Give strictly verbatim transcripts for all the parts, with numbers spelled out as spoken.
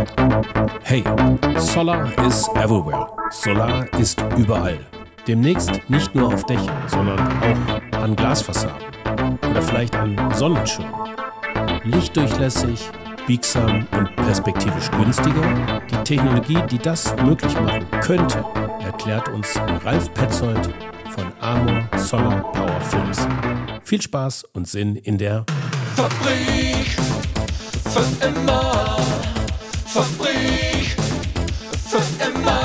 Hey, Solar is everywhere. Solar ist überall. Demnächst nicht nur auf Dächern, sondern auch an Glasfassaden oder vielleicht an Sonnenschirmen. Lichtdurchlässig, biegsam und perspektivisch günstiger. Die Technologie, die das möglich machen könnte, erklärt uns Ralf Petzold von Amor Solar Power Films. Viel Spaß und Sinn in der Fabrik für immer. Fabrik für immer.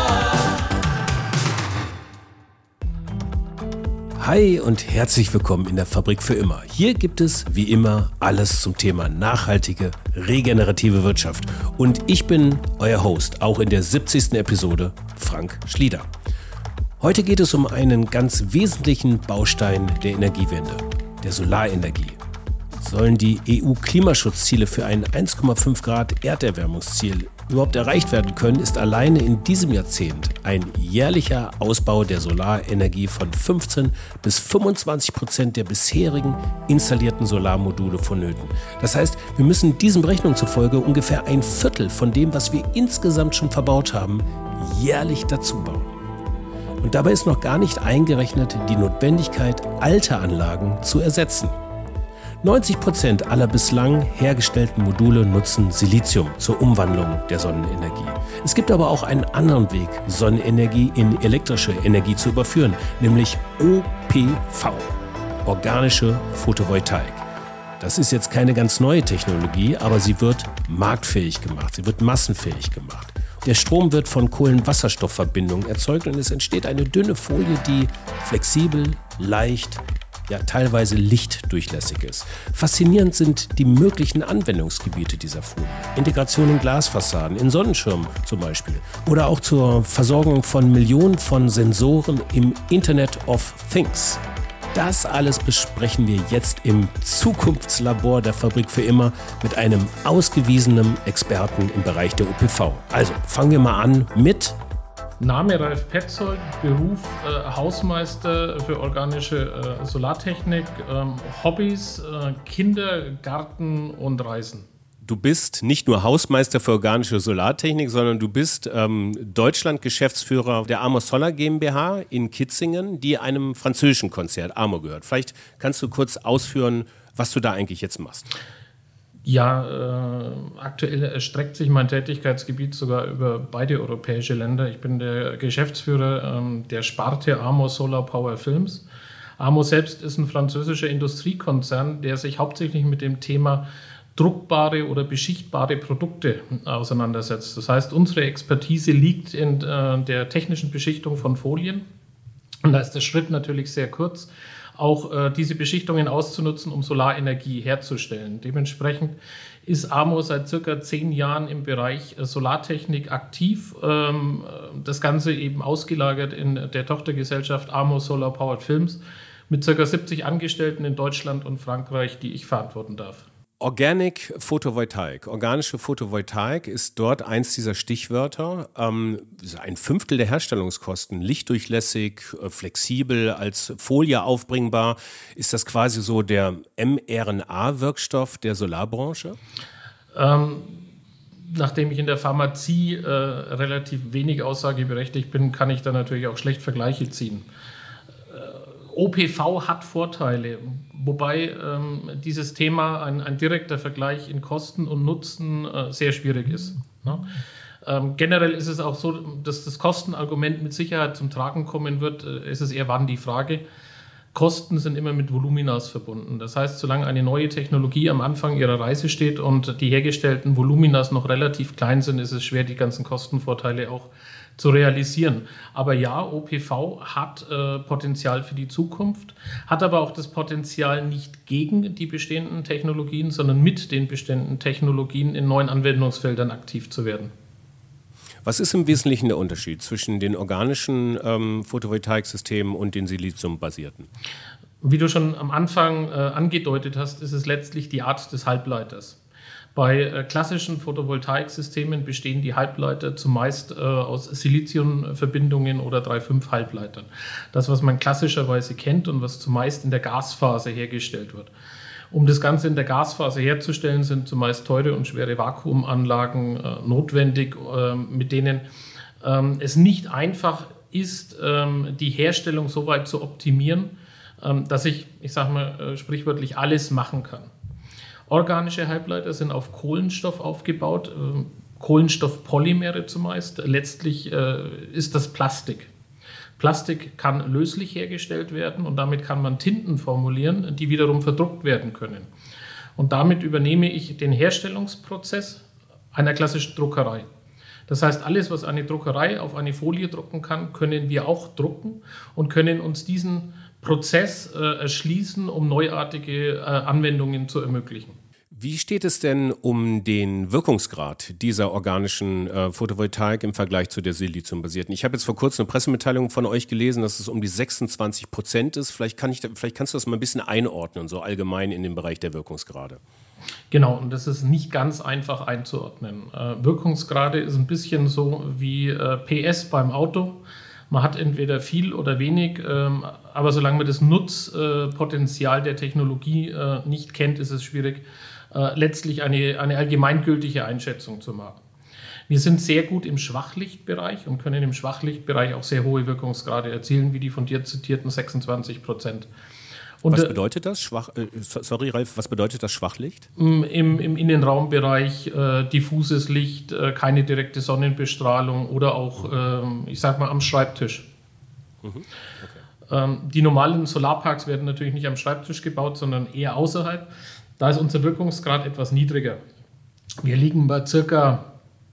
Hi und herzlich willkommen in der Fabrik für immer. Hier gibt es wie immer alles zum Thema nachhaltige, regenerative Wirtschaft. Und ich bin euer Host, auch in der siebzigsten Episode, Frank Schlieder. Heute geht es um einen ganz wesentlichen Baustein der Energiewende, der Solarenergie. Sollen die E U-Klimaschutzziele für ein eins Komma fünf Grad Erderwärmungsziel überhaupt erreicht werden können, ist alleine in diesem Jahrzehnt ein jährlicher Ausbau der Solarenergie von fünfzehn bis fünfundzwanzig Prozent der bisherigen installierten Solarmodule vonnöten. Das heißt, wir müssen diesen Berechnungen zufolge ungefähr ein Viertel von dem, was wir insgesamt schon verbaut haben, jährlich dazu bauen. Und dabei ist noch gar nicht eingerechnet die Notwendigkeit, alte Anlagen zu ersetzen. neunzig Prozent aller bislang hergestellten Module nutzen Silizium zur Umwandlung der Sonnenenergie. Es gibt aber auch einen anderen Weg, Sonnenenergie in elektrische Energie zu überführen, nämlich O P V, organische Photovoltaik. Das ist jetzt keine ganz neue Technologie, aber sie wird marktfähig gemacht, sie wird massenfähig gemacht. Der Strom wird von Kohlenwasserstoffverbindungen erzeugt und es entsteht eine dünne Folie, die flexibel, leicht, ja teilweise lichtdurchlässig ist. Faszinierend sind die möglichen Anwendungsgebiete dieser Folie. Integration in Glasfassaden, in Sonnenschirmen zum Beispiel. Oder auch zur Versorgung von Millionen von Sensoren im Internet of Things. Das alles besprechen wir jetzt im Zukunftslabor der Fabrik für immer mit einem ausgewiesenen Experten im Bereich der O P V. Also fangen wir mal an mit Name Ralf Petzold, Beruf äh, Hausmeister für organische äh, Solartechnik, ähm, Hobbys, äh, Kinder, Garten und Reisen. Du bist nicht nur Hausmeister für organische Solartechnik, sondern du bist ähm, Deutschland-Geschäftsführer der Amor Solar GmbH in Kitzingen, die einem französischen Konzern Amor gehört. Vielleicht kannst du kurz ausführen, was du da eigentlich jetzt machst. Ja, äh, aktuell erstreckt sich mein Tätigkeitsgebiet sogar über beide europäische Länder. Ich bin der Geschäftsführer ähm, der Sparte Amor Solar Power Films. Amor selbst ist ein französischer Industriekonzern, der sich hauptsächlich mit dem Thema druckbare oder beschichtbare Produkte auseinandersetzt. Das heißt, unsere Expertise liegt in äh, der technischen Beschichtung von Folien. Und da ist der Schritt natürlich sehr kurz, auch äh, diese Beschichtungen auszunutzen, um Solarenergie herzustellen. Dementsprechend ist Amor seit circa zehn Jahren im Bereich äh, Solartechnik aktiv. Ähm, das Ganze eben ausgelagert in der Tochtergesellschaft Amor Solar Powered Films mit circa siebzig Angestellten in Deutschland und Frankreich, die ich verantworten darf. Organic Photovoltaik, organische Photovoltaik ist dort eins dieser Stichwörter. Ähm, ein Fünftel der Herstellungskosten, lichtdurchlässig, äh, flexibel, als Folie aufbringbar. Ist das quasi so der mRNA-Wirkstoff der Solarbranche? Ähm, nachdem ich in der Pharmazie äh, relativ wenig aussageberechtigt bin, kann ich da natürlich auch schlecht Vergleiche ziehen. O P V hat Vorteile, wobei ähm, dieses Thema, ein, ein direkter Vergleich in Kosten und Nutzen äh, sehr schwierig ist. Ne? Ähm, generell ist es auch so, dass das Kostenargument mit Sicherheit zum Tragen kommen wird. Äh, es ist eher wann die Frage. Kosten sind immer mit Voluminas verbunden. Das heißt, solange eine neue Technologie am Anfang ihrer Reise steht und die hergestellten Voluminas noch relativ klein sind, ist es schwer, die ganzen Kostenvorteile auch zu realisieren. Aber ja, O P V hat äh, Potenzial für die Zukunft, hat aber auch das Potenzial, nicht gegen die bestehenden Technologien, sondern mit den bestehenden Technologien in neuen Anwendungsfeldern aktiv zu werden. Was ist im Wesentlichen der Unterschied zwischen den organischen ähm, Photovoltaiksystemen und den siliziumbasierten? Wie du schon am Anfang äh, angedeutet hast, ist es letztlich die Art des Halbleiters. Bei äh, klassischen Photovoltaiksystemen bestehen die Halbleiter zumeist äh, aus Siliziumverbindungen oder drei fünf Halbleitern. Das, was man klassischerweise kennt und was zumeist in der Gasphase hergestellt wird. Um das Ganze in der Gasphase herzustellen, sind zumeist teure und schwere Vakuumanlagen äh, notwendig, äh, mit denen ähm, es nicht einfach ist, ähm, die Herstellung so weit zu optimieren, ähm, dass ich, ich sage mal äh, sprichwörtlich, alles machen kann. Organische Halbleiter sind auf Kohlenstoff aufgebaut, äh, Kohlenstoffpolymere zumeist. Letztlich äh, ist das Plastik. Plastik kann löslich hergestellt werden und damit kann man Tinten formulieren, die wiederum verdruckt werden können. Und damit übernehme ich den Herstellungsprozess einer klassischen Druckerei. Das heißt, alles, was eine Druckerei auf eine Folie drucken kann, können wir auch drucken und können uns diesen Prozess äh, erschließen, um neuartige äh, Anwendungen zu ermöglichen. Wie steht es denn um den Wirkungsgrad dieser organischen äh, Photovoltaik im Vergleich zu der siliziumbasierten? Ich habe jetzt vor kurzem eine Pressemitteilung von euch gelesen, dass es um die sechsundzwanzig Prozent ist. Vielleicht, kann ich, vielleicht kannst du das mal ein bisschen einordnen, so allgemein in dem Bereich der Wirkungsgrade. Genau, und das ist nicht ganz einfach einzuordnen. Äh, Wirkungsgrade ist ein bisschen so wie äh, P S beim Auto. Man hat entweder viel oder wenig, ähm, aber solange man das Nutzpotenzial äh, der Technologie äh, nicht kennt, ist es schwierig, äh, letztlich eine, eine allgemeingültige Einschätzung zu machen. Wir sind sehr gut im Schwachlichtbereich und können im Schwachlichtbereich auch sehr hohe Wirkungsgrade erzielen, wie die von dir zitierten sechsundzwanzig Prozent. Und was bedeutet das? Schwach, äh, sorry, Ralf, was bedeutet das Schwachlicht? Im, im Innenraumbereich äh, diffuses Licht, äh, keine direkte Sonnenbestrahlung oder auch, äh, ich sag mal, am Schreibtisch. Mhm. Okay. Ähm, die normalen Solarparks werden natürlich nicht am Schreibtisch gebaut, sondern eher außerhalb. Da ist unser Wirkungsgrad etwas niedriger. Wir liegen bei circa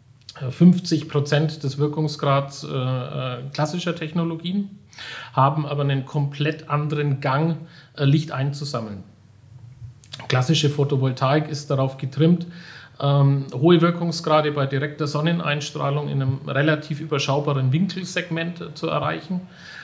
fünfzig Prozent des Wirkungsgrads äh, klassischer Technologien, haben aber einen komplett anderen Gang, äh, Licht einzusammeln. Klassische Photovoltaik ist darauf getrimmt, ähm, hohe Wirkungsgrade bei direkter Sonneneinstrahlung in einem relativ überschaubaren Winkelsegment äh, zu erreichen.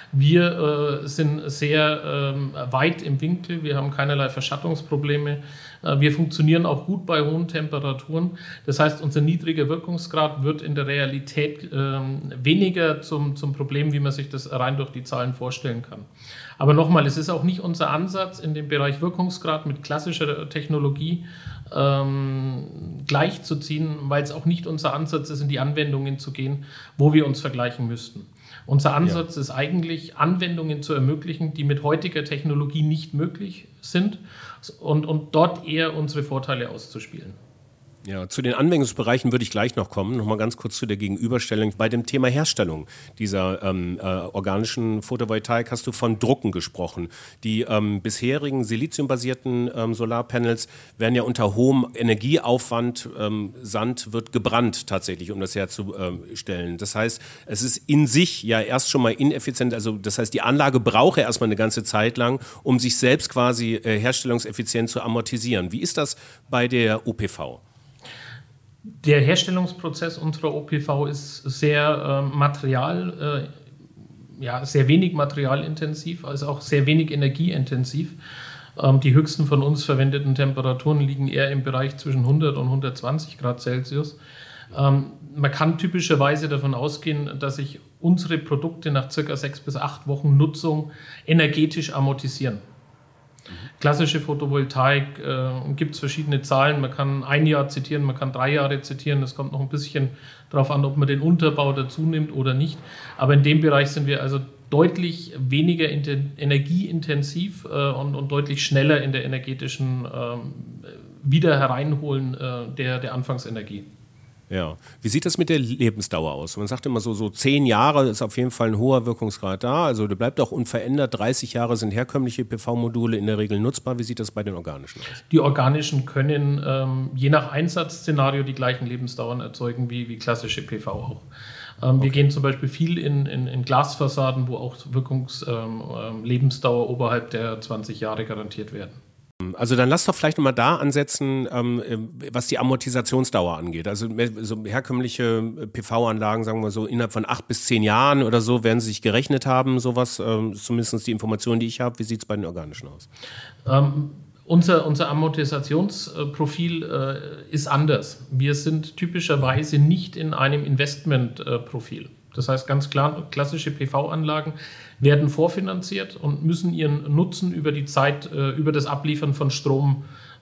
Wir äh, sind sehr ähm, weit im Winkel, wir haben keinerlei Verschattungsprobleme. Äh, wir funktionieren auch gut bei hohen Temperaturen. Das heißt, unser niedriger Wirkungsgrad wird in der Realität ähm, weniger zum, zum Problem, wie man sich das rein durch die Zahlen vorstellen kann. Aber nochmal, es ist auch nicht unser Ansatz, in dem Bereich Wirkungsgrad mit klassischer Technologie ähm, gleichzuziehen, weil es auch nicht unser Ansatz ist, in die Anwendungen zu gehen, wo wir uns vergleichen müssten. Unser Ansatz ja. ist eigentlich, Anwendungen zu ermöglichen, die mit heutiger Technologie nicht möglich sind und, und dort eher unsere Vorteile auszuspielen. Ja, zu den Anwendungsbereichen würde ich gleich noch kommen. Nochmal ganz kurz zu der Gegenüberstellung. Bei dem Thema Herstellung dieser ähm, äh, organischen Photovoltaik hast du von Drucken gesprochen. Die ähm, bisherigen siliziumbasierten ähm, Solarpanels werden ja unter hohem Energieaufwand, ähm, Sand wird gebrannt tatsächlich, um das herzustellen. Das heißt, es ist in sich ja erst schon mal ineffizient. Also das heißt, die Anlage braucht ja erstmal eine ganze Zeit lang, um sich selbst quasi äh, herstellungseffizient zu amortisieren. Wie ist das bei der O P V? Der Herstellungsprozess unserer O P V ist sehr äh, material, äh, ja, sehr wenig materialintensiv, also auch sehr wenig energieintensiv. Ähm, die höchsten von uns verwendeten Temperaturen liegen eher im Bereich zwischen hundert und hundertzwanzig Grad Celsius. Ähm, man kann typischerweise davon ausgehen, dass sich unsere Produkte nach circa sechs bis acht Wochen Nutzung energetisch amortisieren. Klassische Photovoltaik, äh, gibt es verschiedene Zahlen. Man kann ein Jahr zitieren, man kann drei Jahre zitieren. Das kommt noch ein bisschen darauf an, ob man den Unterbau dazu nimmt oder nicht. Aber in dem Bereich sind wir also deutlich weniger energieintensiv äh, und, und deutlich schneller in der energetischen äh, Wiederhereinholen äh, der, der Anfangsenergie. Ja. Wie sieht das mit der Lebensdauer aus? Man sagt immer so, so zehn Jahre ist auf jeden Fall ein hoher Wirkungsgrad da. Also der bleibt auch unverändert. dreißig Jahre sind herkömmliche P V-Module in der Regel nutzbar. Wie sieht das bei den organischen aus? Die organischen können ähm, je nach Einsatzszenario die gleichen Lebensdauern erzeugen wie, wie klassische P V auch. Ähm, okay. Wir gehen zum Beispiel viel in, in, in Glasfassaden, wo auch Wirkungslebensdauer ähm, oberhalb der zwanzig Jahre garantiert werden. Also dann lass doch vielleicht nochmal da ansetzen, ähm, was die Amortisationsdauer angeht. Also so herkömmliche P V-Anlagen, sagen wir so, innerhalb von acht bis zehn Jahren oder so werden sie sich gerechnet haben, sowas, ähm, zumindest die Informationen, die ich habe. Wie sieht es bei den organischen aus? Ähm, unser, unser Amortisationsprofil äh, ist anders. Wir sind typischerweise nicht in einem Investmentprofil. Das heißt ganz klar, klassische P V-Anlagen werden vorfinanziert und müssen ihren Nutzen über die Zeit, äh, über das Abliefern von Strom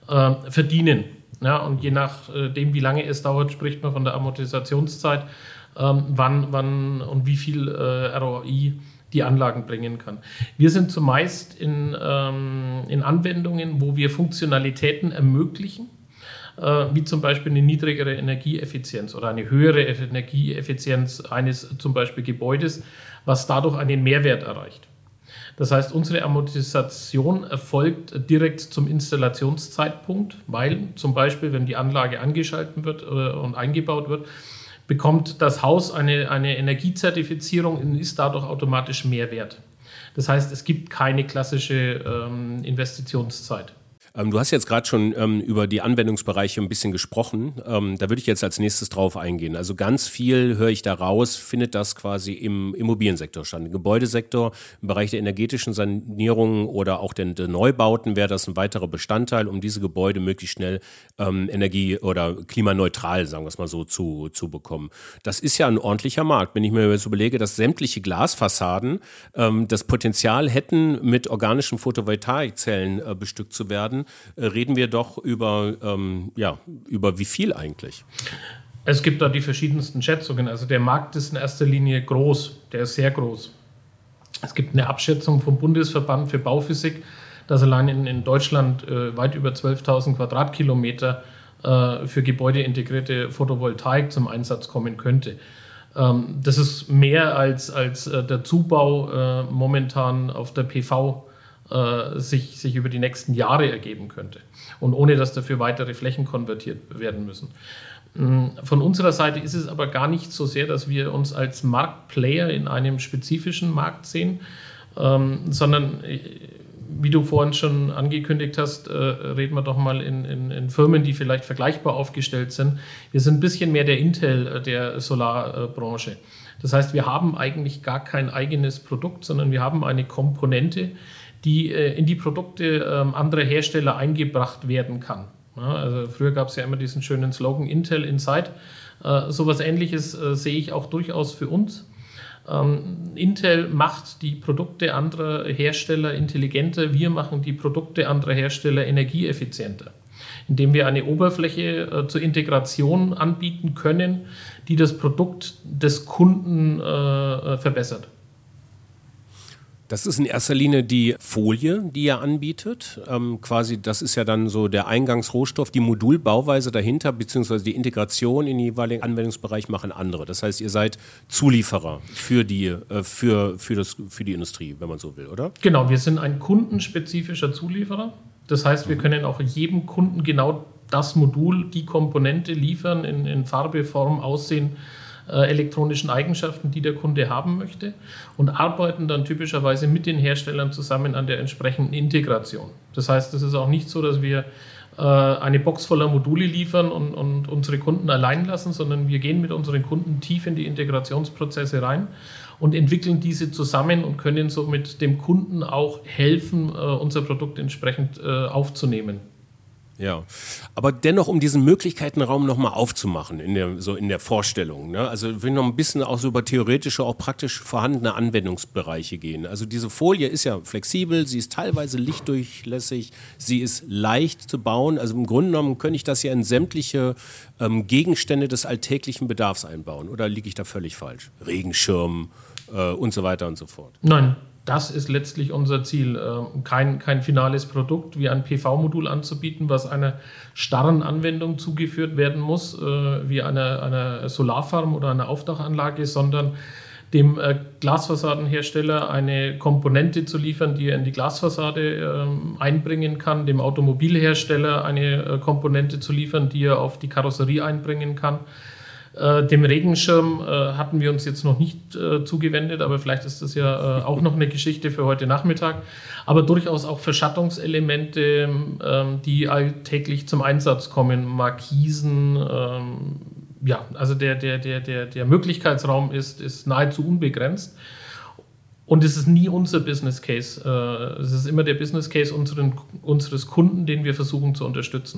äh, verdienen. Ja, und je nachdem, wie lange es dauert, spricht man von der Amortisationszeit, ähm, wann, wann und wie viel äh, R O I die Anlagen bringen kann. Wir sind zumeist in, ähm, in Anwendungen, wo wir Funktionalitäten ermöglichen, äh, wie zum Beispiel eine niedrigere Energieeffizienz oder eine höhere Energieeffizienz eines zum Beispiel Gebäudes, was dadurch einen Mehrwert erreicht. Das heißt, unsere Amortisation erfolgt direkt zum Installationszeitpunkt, weil zum Beispiel, wenn die Anlage angeschaltet wird äh, und eingebaut wird, bekommt das Haus eine, eine Energiezertifizierung und ist dadurch automatisch mehr wert. Das heißt, es gibt keine klassische ähm, Investitionszeit. Ähm, du hast jetzt gerade schon ähm, über die Anwendungsbereiche ein bisschen gesprochen. Ähm, da würde ich jetzt als nächstes drauf eingehen. Also ganz viel, höre ich da raus, findet das quasi im Immobiliensektor statt. Im Gebäudesektor, im Bereich der energetischen Sanierung oder auch der, der Neubauten wäre das ein weiterer Bestandteil, um diese Gebäude möglichst schnell ähm, energie- oder klimaneutral, sagen wir es mal so, zu, zu bekommen. Das ist ja ein ordentlicher Markt. Wenn ich mir jetzt überlege, dass sämtliche Glasfassaden ähm, das Potenzial hätten, mit organischen Photovoltaikzellen äh, bestückt zu werden, reden wir doch über, ähm, ja, über wie viel eigentlich? Es gibt da die verschiedensten Schätzungen. Also der Markt ist in erster Linie groß, der ist sehr groß. Es gibt eine Abschätzung vom Bundesverband für Bauphysik, dass allein in, in Deutschland äh, weit über zwölftausend Quadratkilometer äh, für gebäudeintegrierte Photovoltaik zum Einsatz kommen könnte. Ähm, das ist mehr als, als äh, der Zubau äh, momentan auf der P V Sich, sich über die nächsten Jahre ergeben könnte und ohne, dass dafür weitere Flächen konvertiert werden müssen. Von unserer Seite ist es aber gar nicht so sehr, dass wir uns als Marktplayer in einem spezifischen Markt sehen, ähm, sondern, wie du vorhin schon angekündigt hast, äh, reden wir doch mal in, in, in Firmen, die vielleicht vergleichbar aufgestellt sind. Wir sind ein bisschen mehr der Intel der Solarbranche. Das heißt, wir haben eigentlich gar kein eigenes Produkt, sondern wir haben eine Komponente, die äh, in die Produkte äh, anderer Hersteller eingebracht werden kann. Ja, also früher gab es ja immer diesen schönen Slogan Intel Inside. Äh, sowas Ähnliches äh, sehe ich auch durchaus für uns. Ähm, Intel macht die Produkte anderer Hersteller intelligenter, wir machen die Produkte anderer Hersteller energieeffizienter, indem wir eine Oberfläche äh, zur Integration anbieten können, die das Produkt des Kunden äh, verbessert. Das ist in erster Linie die Folie, die ihr anbietet. Ähm, quasi, das ist ja dann so der Eingangsrohstoff, die Modulbauweise dahinter, beziehungsweise die Integration in den jeweiligen Anwendungsbereich machen andere. Das heißt, ihr seid Zulieferer für die, äh, für, für, das, für die Industrie, wenn man so will, oder? Genau, wir sind ein kundenspezifischer Zulieferer. Das heißt, wir können auch jedem Kunden genau das Modul, die Komponente liefern, in, in Farbe, Form, Aussehen, Äh, elektronischen Eigenschaften, die der Kunde haben möchte, und arbeiten dann typischerweise mit den Herstellern zusammen an der entsprechenden Integration. Das heißt, es ist auch nicht so, dass wir äh, eine Box voller Module liefern und, und unsere Kunden allein lassen, sondern wir gehen mit unseren Kunden tief in die Integrationsprozesse rein und entwickeln diese zusammen und können somit dem Kunden auch helfen, äh, unser Produkt entsprechend äh, aufzunehmen. Ja, aber dennoch, um diesen Möglichkeitenraum nochmal aufzumachen, in der, so in der Vorstellung, ne? Also will noch ein bisschen auch so über theoretische, auch praktisch vorhandene Anwendungsbereiche gehen. Also diese Folie ist ja flexibel, sie ist teilweise lichtdurchlässig, sie ist leicht zu bauen. Also im Grunde genommen könnte ich das ja in sämtliche ähm, Gegenstände des alltäglichen Bedarfs einbauen. Oder liege ich da völlig falsch? Regenschirm äh, und so weiter und so fort. Nein. Das ist letztlich unser Ziel, kein, kein finales Produkt wie ein P V-Modul anzubieten, was einer starren Anwendung zugeführt werden muss, wie einer, einer Solarfarm oder einer Aufdachanlage, sondern dem Glasfassadenhersteller eine Komponente zu liefern, die er in die Glasfassade einbringen kann, dem Automobilhersteller eine Komponente zu liefern, die er auf die Karosserie einbringen kann. Äh, dem Regenschirm äh, hatten wir uns jetzt noch nicht äh, zugewendet, aber vielleicht ist das ja äh, auch noch eine Geschichte für heute Nachmittag. Aber durchaus auch Verschattungselemente, ähm, die alltäglich zum Einsatz kommen, Markisen. Ähm, ja, also der, der, der, der, der Möglichkeitsraum ist, ist nahezu unbegrenzt. Und es ist nie unser Business Case. Äh, es ist immer der Business Case unseren, unseres Kunden, den wir versuchen zu unterstützen.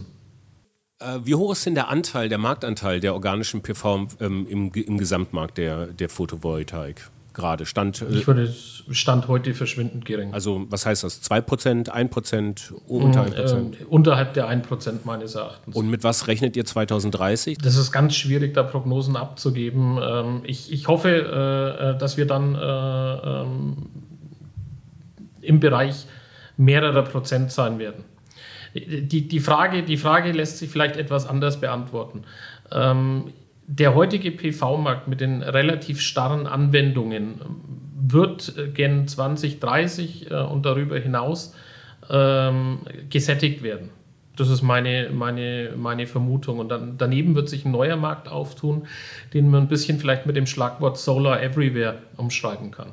Wie hoch ist denn der Anteil, der Marktanteil der organischen P V ähm, im, im Gesamtmarkt der, der Photovoltaik? gerade? Stand, äh, ich würde Stand heute verschwindend gering. Also was heißt das? zwei Prozent, ein Prozent, unter ein Prozent? Äh, unterhalb der ein Prozent meines Erachtens. Und mit was rechnet ihr zwanzig dreißig? Das ist ganz schwierig, da Prognosen abzugeben. Ähm, ich, ich hoffe, äh, dass wir dann äh, ähm, im Bereich mehrerer Prozent sein werden. Die, die, Frage, die Frage lässt sich vielleicht etwas anders beantworten. Ähm, der heutige P V-Markt mit den relativ starren Anwendungen wird gen zwanzig dreißig äh, und darüber hinaus ähm, gesättigt werden. Das ist meine, meine, meine Vermutung. Und dann, daneben wird sich ein neuer Markt auftun, den man ein bisschen vielleicht mit dem Schlagwort Solar Everywhere umschreiben kann.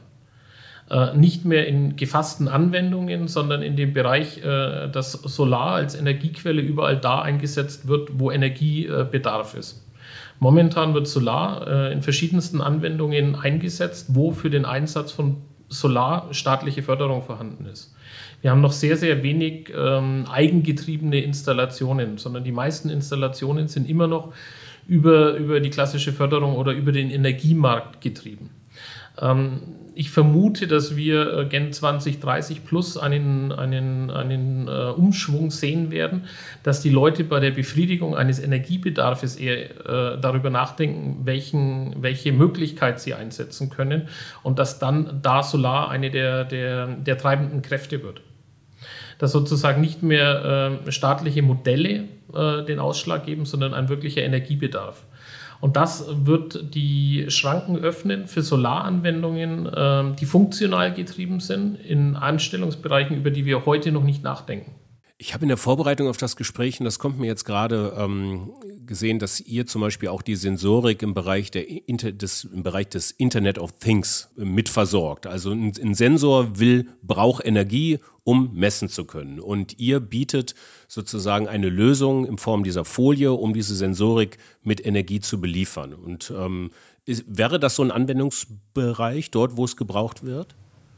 Äh, nicht mehr in gefassten Anwendungen, sondern in dem Bereich, äh, dass Solar als Energiequelle überall da eingesetzt wird, wo Energiebedarf äh, ist. Momentan wird Solar äh, in verschiedensten Anwendungen eingesetzt, wo für den Einsatz von Solar staatliche Förderung vorhanden ist. Wir haben noch sehr, sehr wenig ähm, eigengetriebene Installationen, sondern die meisten Installationen sind immer noch über, über die klassische Förderung oder über den Energiemarkt getrieben. Ähm, ich vermute, dass wir äh, gen zwanzig dreißig plus einen, einen, einen äh, Umschwung sehen werden, dass die Leute bei der Befriedigung eines Energiebedarfs eher äh, darüber nachdenken, welchen, welche Möglichkeit sie einsetzen können und dass dann da Solar eine der, der, der treibenden Kräfte wird. Dass sozusagen nicht mehr äh, staatliche Modelle äh, den Ausschlag geben, sondern ein wirklicher Energiebedarf. Und das wird die Schranken öffnen für Solaranwendungen, äh, die funktional getrieben sind, in Anstellungsbereichen, über die wir heute noch nicht nachdenken. Ich habe in der Vorbereitung auf das Gespräch, und das kommt mir jetzt gerade ähm, gesehen, dass ihr zum Beispiel auch die Sensorik im Bereich, der Inter- des, im Bereich des Internet of Things mitversorgt. Also ein, ein Sensor will, braucht Energie, um messen zu können. Und ihr bietet sozusagen eine Lösung in Form dieser Folie, um diese Sensorik mit Energie zu beliefern. Und ähm, ist, wäre das so ein Anwendungsbereich dort, wo es gebraucht wird?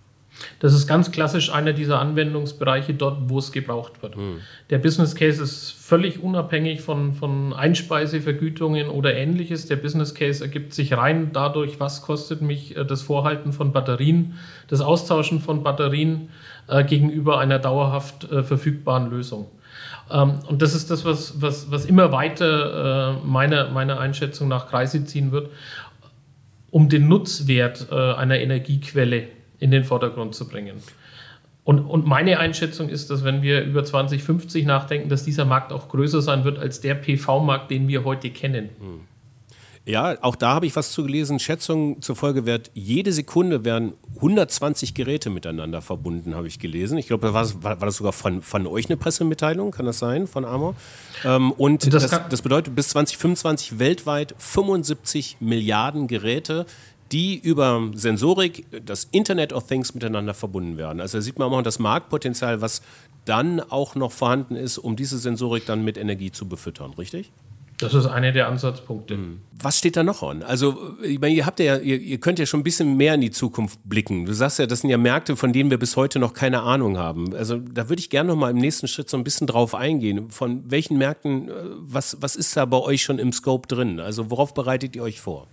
Das ist ganz klassisch einer dieser Anwendungsbereiche dort, wo es gebraucht wird. Hm. Der Business Case ist völlig unabhängig von, von Einspeisevergütungen oder Ähnliches. Der Business Case ergibt sich rein dadurch, was kostet mich das Vorhalten von Batterien, das Austauschen von Batterien äh, gegenüber einer dauerhaft äh, verfügbaren Lösung. Ähm, und das ist das, was, was, was immer weiter äh, meiner, meiner Einschätzung nach Kreise ziehen wird, um den Nutzwert äh, einer Energiequelle in den Vordergrund zu bringen. Und, und meine Einschätzung ist, dass wenn wir über zwanzig fünfzig nachdenken, dass dieser Markt auch größer sein wird als der P V-Markt, den wir heute kennen. Ja, auch da habe ich was zu gelesen. Schätzungen zufolge wird jede Sekunde werden hundertzwanzig Geräte miteinander verbunden, habe ich gelesen. Ich glaube, war, war, war das sogar von, von euch eine Pressemitteilung, kann das sein, von Amor? Ähm, und das, das, das bedeutet bis zwanzig fünfundzwanzig weltweit fünfundsiebzig Milliarden Geräte, die über Sensorik, das Internet of Things miteinander verbunden werden. Also da sieht man auch das Marktpotenzial, was dann auch noch vorhanden ist, um diese Sensorik dann mit Energie zu befüttern, richtig? Das ist einer der Ansatzpunkte. Was steht da noch an? Also, ich meine, ihr habt ja, ihr, ihr könnt ja schon ein bisschen mehr in die Zukunft blicken. Du sagst ja, das sind ja Märkte, von denen wir bis heute noch keine Ahnung haben. Also, da würde ich gerne noch mal im nächsten Schritt so ein bisschen drauf eingehen. Von welchen Märkten, was, was ist da bei euch schon im Scope drin? Also, worauf bereitet ihr euch vor?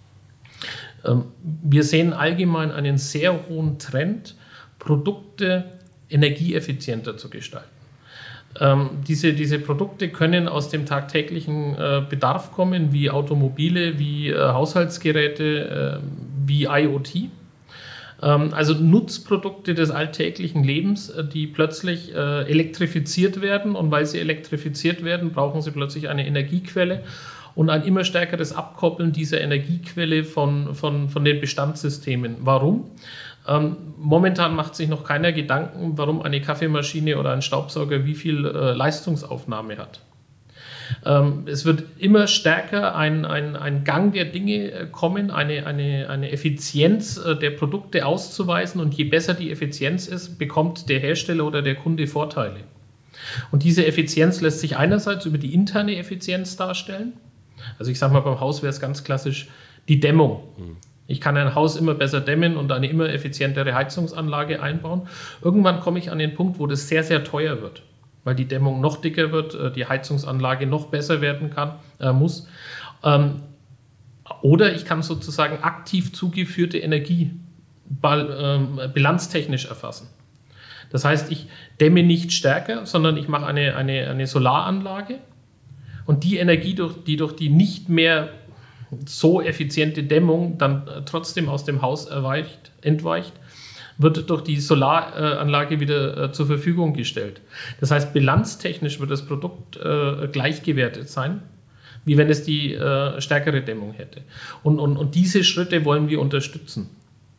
Wir sehen allgemein einen sehr hohen Trend, Produkte energieeffizienter zu gestalten. Ähm, diese, diese Produkte können aus dem tagtäglichen äh, Bedarf kommen, wie Automobile, wie äh, Haushaltsgeräte, äh, wie IoT. Ähm, also Nutzprodukte des alltäglichen Lebens, äh, die plötzlich äh, elektrifiziert werden. Und weil sie elektrifiziert werden, brauchen sie plötzlich eine Energiequelle und ein immer stärkeres Abkoppeln dieser Energiequelle von, von, von den Bestandssystemen. Warum? Ähm, momentan macht sich noch keiner Gedanken, warum eine Kaffeemaschine oder ein Staubsauger wie viel äh, Leistungsaufnahme hat. Ähm, es wird immer stärker ein, ein, ein Gang der Dinge äh, kommen, eine, eine, eine Effizienz äh, der Produkte auszuweisen, und je besser die Effizienz ist, bekommt der Hersteller oder der Kunde Vorteile. Und diese Effizienz lässt sich einerseits über die interne Effizienz darstellen. Also ich sage mal, beim Haus wäre es ganz klassisch die Dämmung. Ich kann ein Haus immer besser dämmen und eine immer effizientere Heizungsanlage einbauen. Irgendwann komme ich an den Punkt, wo das sehr, sehr teuer wird, weil die Dämmung noch dicker wird, die Heizungsanlage noch besser werden kann, äh, muss. Ähm, oder ich kann sozusagen aktiv zugeführte Energie bilanztechnisch erfassen. Das heißt, ich dämme nicht stärker, sondern ich mache eine, eine, eine Solaranlage und die Energie, durch, die durch die nicht mehr so effiziente Dämmung dann trotzdem aus dem Haus erweicht, entweicht, wird durch die Solaranlage wieder äh, zur Verfügung gestellt. Das heißt, bilanztechnisch wird das Produkt äh, gleichgewertet sein, wie wenn es die äh, stärkere Dämmung hätte. Und, und, und diese Schritte wollen wir unterstützen.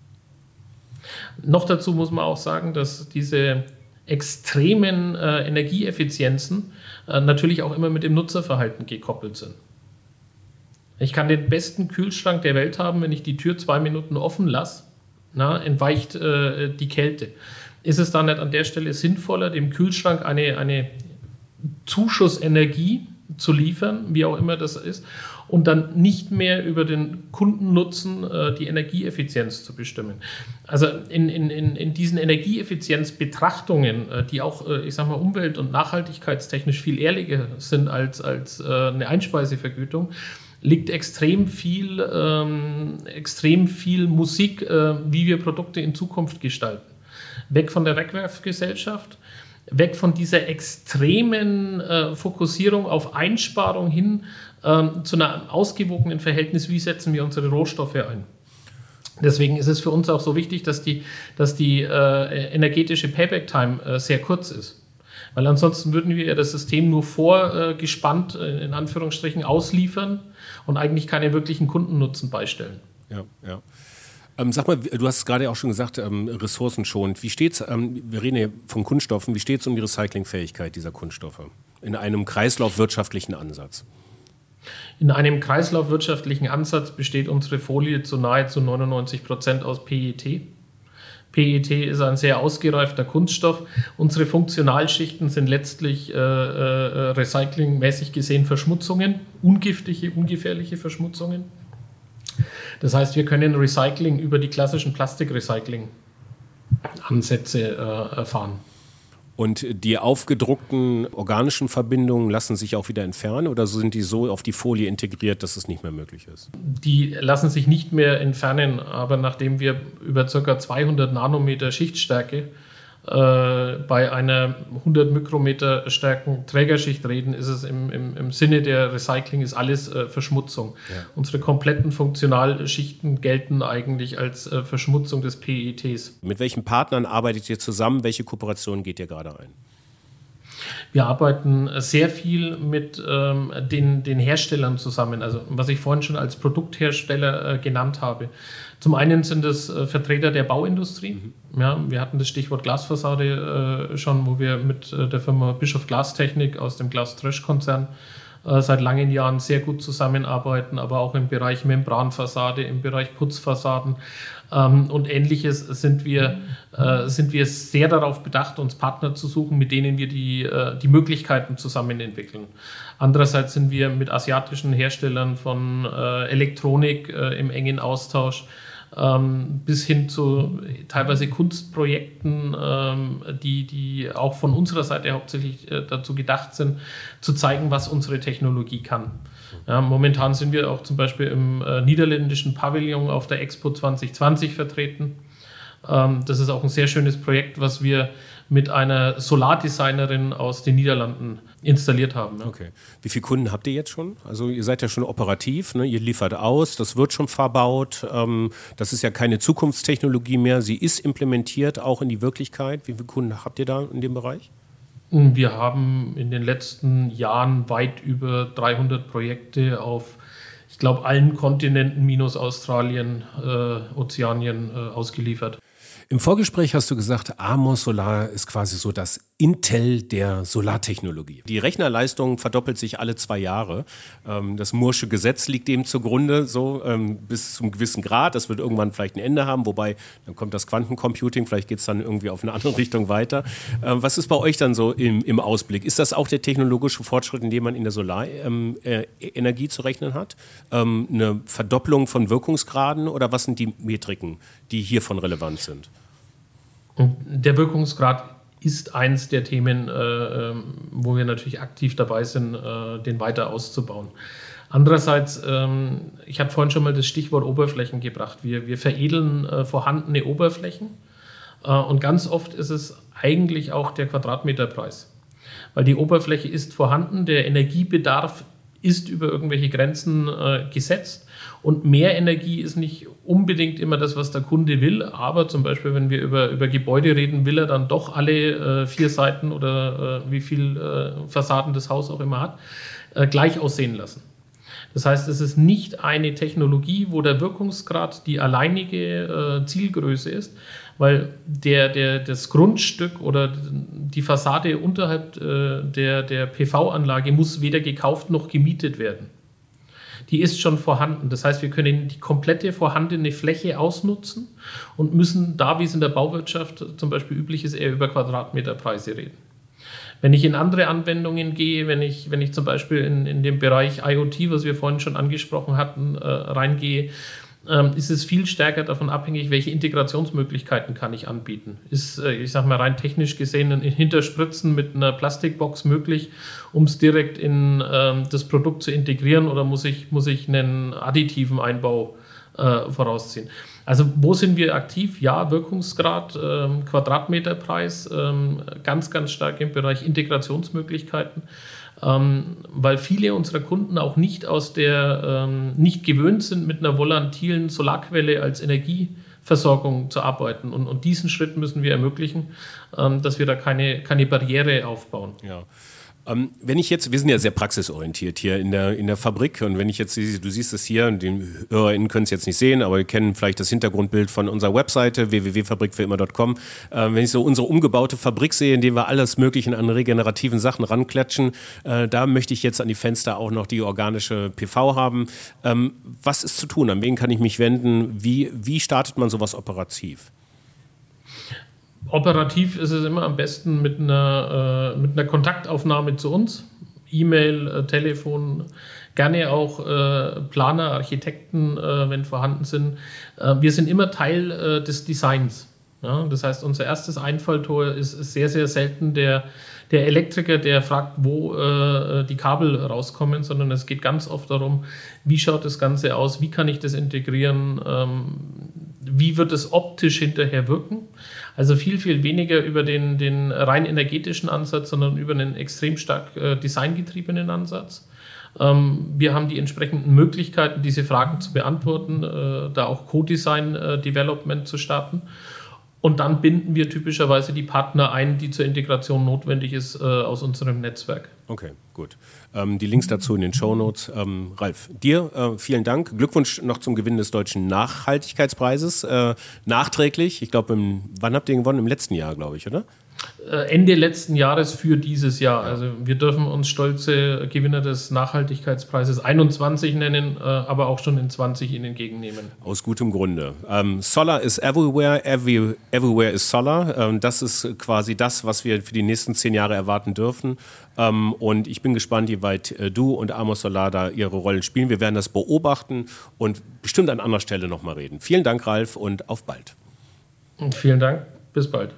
Noch dazu muss man auch sagen, dass diese extremen äh, Energieeffizienzen äh, natürlich auch immer mit dem Nutzerverhalten gekoppelt sind. Ich kann den besten Kühlschrank der Welt haben, wenn ich die Tür zwei Minuten offen lasse, na, entweicht äh, die Kälte. Ist es dann nicht an der Stelle sinnvoller, dem Kühlschrank eine, eine Zuschussenergie zu liefern, wie auch immer das ist, und dann nicht mehr über den Kundennutzen äh, die Energieeffizienz zu bestimmen? Also in, in, in, in diesen Energieeffizienzbetrachtungen, äh, die auch, äh, ich sag mal, umwelt- und nachhaltigkeitstechnisch viel ehrlicher sind als, als äh, eine Einspeisevergütung, liegt extrem viel, ähm, extrem viel Musik, äh, wie wir Produkte in Zukunft gestalten. Weg von der Wegwerfgesellschaft, weg von dieser extremen äh, Fokussierung auf Einsparung hin äh, zu einem ausgewogenen Verhältnis, wie setzen wir unsere Rohstoffe ein. Deswegen ist es für uns auch so wichtig, dass die, dass die äh, energetische Payback-Time äh, sehr kurz ist. Weil ansonsten würden wir das System nur vorgespannt, äh, in Anführungsstrichen, ausliefern und eigentlich keinen wirklichen Kundennutzen beistellen. Ja, ja. Ähm, sag mal, du hast es gerade auch schon gesagt, ähm, ressourcenschonend. Wie steht's, ähm, wir reden hier von Kunststoffen, wie steht es um die Recyclingfähigkeit dieser Kunststoffe in einem kreislaufwirtschaftlichen Ansatz? In einem kreislaufwirtschaftlichen Ansatz besteht unsere Folie zu nahezu neunundneunzig Prozent aus P E T. P E T ist ein sehr ausgereifter Kunststoff. Unsere Funktionalschichten sind letztlich äh, äh, recyclingmäßig gesehen Verschmutzungen, ungiftige, ungefährliche Verschmutzungen. Das heißt, wir können Recycling über die klassischen Plastikrecycling-Ansätze äh, erfahren. Und die aufgedruckten organischen Verbindungen lassen sich auch wieder entfernen oder sind die so auf die Folie integriert, dass es nicht mehr möglich ist? Die lassen sich nicht mehr entfernen, aber nachdem wir über ca. zweihundert Nanometer Schichtstärke äh, bei einer hundert Mikrometer starken Trägerschicht reden, ist es im, im, im Sinne der Recycling ist alles äh, Verschmutzung. Ja. Unsere kompletten Funktionalschichten gelten eigentlich als äh, Verschmutzung des P E Ts. Mit welchen Partnern arbeitet ihr zusammen? Welche Kooperationen geht ihr gerade ein? Wir arbeiten sehr viel mit ähm, den, den Herstellern zusammen, also was ich vorhin schon als Produkthersteller äh, genannt habe. Zum einen sind es äh, Vertreter der Bauindustrie. Mhm. Ja, wir hatten das Stichwort Glasfassade äh, schon, wo wir mit äh, der Firma Bischof Glastechnik aus dem Glas-Trösch-Konzern äh, seit langen Jahren sehr gut zusammenarbeiten, aber auch im Bereich Membranfassade, im Bereich Putzfassaden ähm, und Ähnliches sind wir, äh, sind wir sehr darauf bedacht, uns Partner zu suchen, mit denen wir die, äh, die Möglichkeiten zusammen entwickeln. Andererseits sind wir mit asiatischen Herstellern von äh, Elektronik äh, im engen Austausch, ähm, bis hin zu teilweise Kunstprojekten, ähm, die, die auch von unserer Seite hauptsächlich äh, dazu gedacht sind, zu zeigen, was unsere Technologie kann. Ja, momentan sind wir auch zum Beispiel im äh, niederländischen Pavillon auf der Expo zwanzig zwanzig vertreten. Ähm, das ist auch ein sehr schönes Projekt, was wir mit einer Solardesignerin aus den Niederlanden installiert haben. Ja. Okay. Wie viele Kunden habt ihr jetzt schon? Also ihr seid ja schon operativ, ne? Ihr liefert aus, das wird schon verbaut. Ähm, das ist ja keine Zukunftstechnologie mehr, sie ist implementiert auch in die Wirklichkeit. Wie viele Kunden habt ihr da in dem Bereich? Wir haben in den letzten Jahren weit über dreihundert Projekte auf, ich glaube, allen Kontinenten minus Australien, äh, Ozeanien äh, ausgeliefert. Im Vorgespräch hast du gesagt, Amor Solar ist quasi so das Intel der Solartechnologie. Die Rechnerleistung verdoppelt sich alle zwei Jahre. Das Moore'sche Gesetz liegt dem zugrunde, so bis zum gewissen Grad. Das wird irgendwann vielleicht ein Ende haben, wobei dann kommt das Quantencomputing, vielleicht geht es dann irgendwie auf eine andere Richtung weiter. Was ist bei euch dann so im, im Ausblick? Ist das auch der technologische Fortschritt, in dem man in der Solarenergie zu rechnen hat? Eine Verdopplung von Wirkungsgraden oder was sind die Metriken, die hiervon relevant sind? Der Wirkungsgrad ist eins der Themen, äh, wo wir natürlich aktiv dabei sind, äh, den weiter auszubauen. Andererseits, ähm, ich hatte vorhin schon mal das Stichwort Oberflächen gebracht. Wir, wir veredeln äh, vorhandene Oberflächen äh, und ganz oft ist es eigentlich auch der Quadratmeterpreis. Weil die Oberfläche ist vorhanden, der Energiebedarf ist über irgendwelche Grenzen äh, gesetzt und mehr Energie ist nicht unbedingt immer das, was der Kunde will, aber zum Beispiel, wenn wir über, über Gebäude reden, will er dann doch alle äh, vier Seiten oder äh, wie viel äh, Fassaden das Haus auch immer hat, äh, gleich aussehen lassen. Das heißt, es ist nicht eine Technologie, wo der Wirkungsgrad die alleinige äh, Zielgröße ist, weil der, der, das Grundstück oder die Fassade unterhalb äh, der, der P V-Anlage muss weder gekauft noch gemietet werden. Die ist schon vorhanden. Das heißt, wir können die komplette vorhandene Fläche ausnutzen und müssen da, wie es in der Bauwirtschaft zum Beispiel üblich ist, eher über Quadratmeterpreise reden. Wenn ich in andere Anwendungen gehe, wenn ich, wenn ich zum Beispiel in, in den Bereich I O T, was wir vorhin schon angesprochen hatten, äh, reingehe, ähm, ist es viel stärker davon abhängig, welche Integrationsmöglichkeiten kann ich anbieten. Ist, äh, ich sage mal rein technisch gesehen, ein Hinterspritzen mit einer Plastikbox möglich, um es direkt in ähm, das Produkt zu integrieren, oder muss ich, muss ich einen additiven Einbau äh, vorausziehen? Also wo sind wir aktiv? Ja, Wirkungsgrad, ähm, Quadratmeterpreis, ähm, ganz, ganz stark im Bereich Integrationsmöglichkeiten, ähm, weil viele unserer Kunden auch nicht aus der, ähm, nicht gewöhnt sind, mit einer volatilen Solarquelle als Energieversorgung zu arbeiten. Und, und diesen Schritt müssen wir ermöglichen, ähm, dass wir da keine, keine Barriere aufbauen. Ja. Ähm, wenn ich jetzt, wir sind ja sehr praxisorientiert hier in der, in der Fabrik, und wenn ich jetzt, du siehst es hier, die HörerInnen können es jetzt nicht sehen, aber wir kennen vielleicht das Hintergrundbild von unserer Webseite w w w punkt fabrik für immer punkt com. Äh, wenn ich so unsere umgebaute Fabrik sehe, in der wir alles Mögliche an regenerativen Sachen ranklatschen, äh, da möchte ich jetzt an die Fenster auch noch die organische P V haben. Ähm, was ist zu tun? An wen kann ich mich wenden? Wie, wie startet man sowas operativ? Operativ ist es immer am besten mit einer, äh, mit einer Kontaktaufnahme zu uns. E-Mail, äh, Telefon, gerne auch äh, Planer, Architekten, äh, wenn vorhanden sind. Äh, wir sind immer Teil äh, des Designs. Ja? Das heißt, unser erstes Einfalltor ist, ist sehr, sehr selten der, der Elektriker, der fragt, wo äh, die Kabel rauskommen, sondern es geht ganz oft darum, wie schaut das Ganze aus, wie kann ich das integrieren, ähm, wie wird es optisch hinterher wirken. Also viel, viel weniger über den, den rein energetischen Ansatz, sondern über einen extrem stark äh, designgetriebenen Ansatz. Ähm, wir haben die entsprechenden Möglichkeiten, diese Fragen zu beantworten, äh, da auch Co-Design-Development äh, zu starten. Und dann binden wir typischerweise die Partner ein, die zur Integration notwendig ist, äh, aus unserem Netzwerk. Okay, gut. Ähm, die Links dazu in den Shownotes. Ähm, Ralf, dir äh, vielen Dank. Glückwunsch noch zum Gewinn des Deutschen Nachhaltigkeitspreises. Äh, nachträglich, ich glaube, wann habt ihr gewonnen? Im letzten Jahr, glaube ich, oder? Ende letzten Jahres für dieses Jahr. Also wir dürfen uns stolze Gewinner des Nachhaltigkeitspreises einundzwanzig nennen, aber auch schon in zwanzig ihn entgegennehmen. Aus gutem Grunde. Ähm, Solar is everywhere, every, everywhere is Solar. Ähm, das ist quasi das, was wir für die nächsten zehn Jahre erwarten dürfen. Ähm, und ich bin gespannt, wie weit äh, du und Amos Solar da ihre Rollen spielen. Wir werden das beobachten und bestimmt an anderer Stelle nochmal reden. Vielen Dank, Ralf, und auf bald. Und vielen Dank. Bis bald.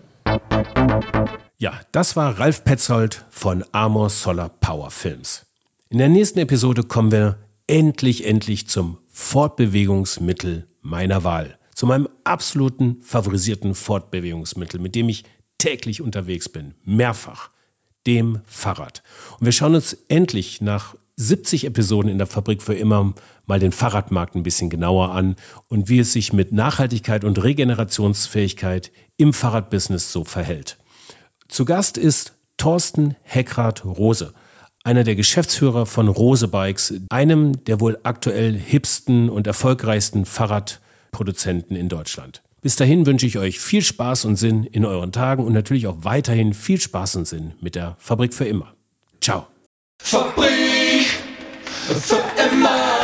Ja, das war Ralf Petzold von Amor Solar Power Films. In der nächsten Episode kommen wir endlich, endlich zum Fortbewegungsmittel meiner Wahl. Zu meinem absoluten favorisierten Fortbewegungsmittel, mit dem ich täglich unterwegs bin. Mehrfach. Dem Fahrrad. Und wir schauen uns endlich nach siebzig Episoden in der Fabrik für immer mal den Fahrradmarkt ein bisschen genauer an und wie es sich mit Nachhaltigkeit und Regenerationsfähigkeit im Fahrradbusiness so verhält. Zu Gast ist Thorsten Heckrath-Rose, einer der Geschäftsführer von Rose Bikes, einem der wohl aktuell hipsten und erfolgreichsten Fahrradproduzenten in Deutschland. Bis dahin wünsche ich euch viel Spaß und Sinn in euren Tagen und natürlich auch weiterhin viel Spaß und Sinn mit der Fabrik für immer. Ciao. Fabrik für immer.